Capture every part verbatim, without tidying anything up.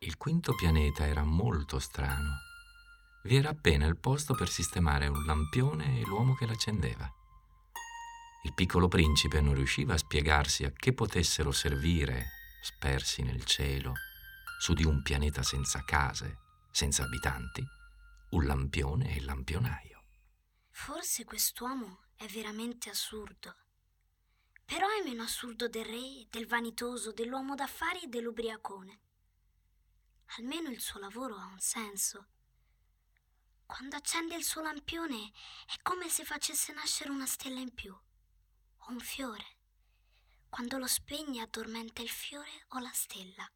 Il quinto pianeta era molto strano. Vi era appena il posto per sistemare un lampione e l'uomo che l'accendeva. Il piccolo principe non riusciva a spiegarsi a che potessero servire, spersi nel cielo, su di un pianeta senza case, senza abitanti, un lampione e il lampionaio. Forse quest'uomo è veramente assurdo. Però è meno assurdo del re, del vanitoso, dell'uomo d'affari e dell'ubriacone. Almeno il suo lavoro ha un senso. Quando accende il suo lampione è come se facesse nascere una stella in più, o un fiore. Quando lo spegne addormenta il fiore o la stella.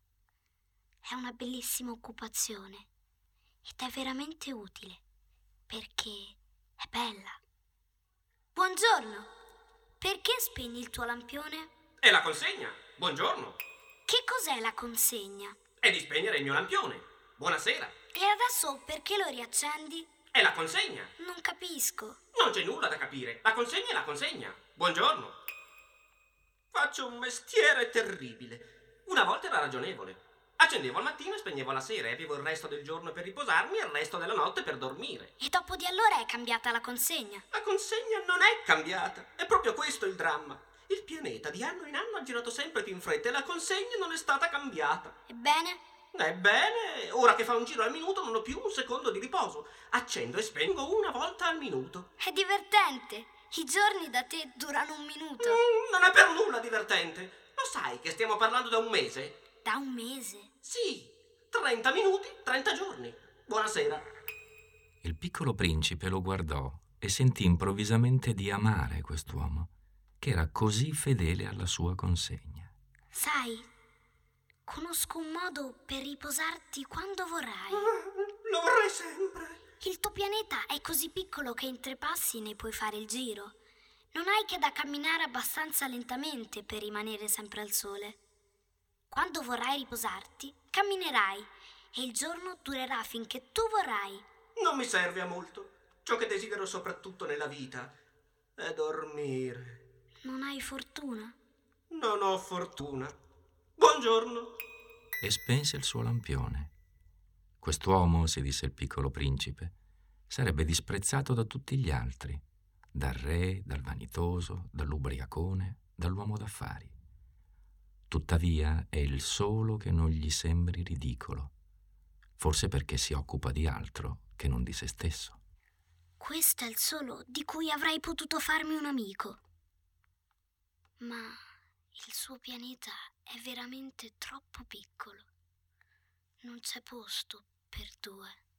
È una bellissima occupazione ed è veramente utile, perché è bella. Buongiorno! Perché spegni il tuo lampione? È la consegna. Buongiorno. Che cos'è la consegna? È di spegnere il mio lampione. Buonasera. E adesso perché lo riaccendi? È la consegna. Non capisco. Non c'è nulla da capire. La consegna è la consegna. Buongiorno. Faccio un mestiere terribile. Una volta era ragionevole. Accendevo al mattino e spegnevo alla sera e avevo il resto del giorno per riposarmi e il resto della notte per dormire. E dopo di allora è cambiata la consegna? La consegna non è cambiata. È proprio questo il dramma. Il pianeta di anno in anno ha girato sempre più in fretta e la consegna non è stata cambiata. Ebbene? Ebbene, ora che fa un giro al minuto non ho più un secondo di riposo. Accendo e spengo una volta al minuto. È divertente. I giorni da te durano un minuto. Mm, non è per nulla divertente. Lo sai che stiamo parlando da un mese? Da un mese? Sì, trenta minuti, trenta giorni. Buonasera. Il piccolo principe lo guardò e sentì improvvisamente di amare quest'uomo, che era così fedele alla sua consegna. Sai, conosco un modo per riposarti quando vorrai. Lo vorrei sempre. Il tuo pianeta è così piccolo che in tre passi ne puoi fare il giro. Non hai che da camminare abbastanza lentamente per rimanere sempre al sole. Quando vorrai riposarti, camminerai e il giorno durerà finché tu vorrai. Non mi serve a molto. Ciò che desidero soprattutto nella vita è dormire. Non hai fortuna? Non ho fortuna. Buongiorno. E spense il suo lampione. Quest'uomo, si disse il piccolo principe, sarebbe disprezzato da tutti gli altri, dal re, dal vanitoso, dall'ubriacone, dall'uomo d'affari. Tuttavia è il solo che non gli sembri ridicolo, forse perché si occupa di altro che non di se stesso. Questo è il solo di cui avrei potuto farmi un amico. Ma il suo pianeta è veramente troppo piccolo. Non c'è posto per due.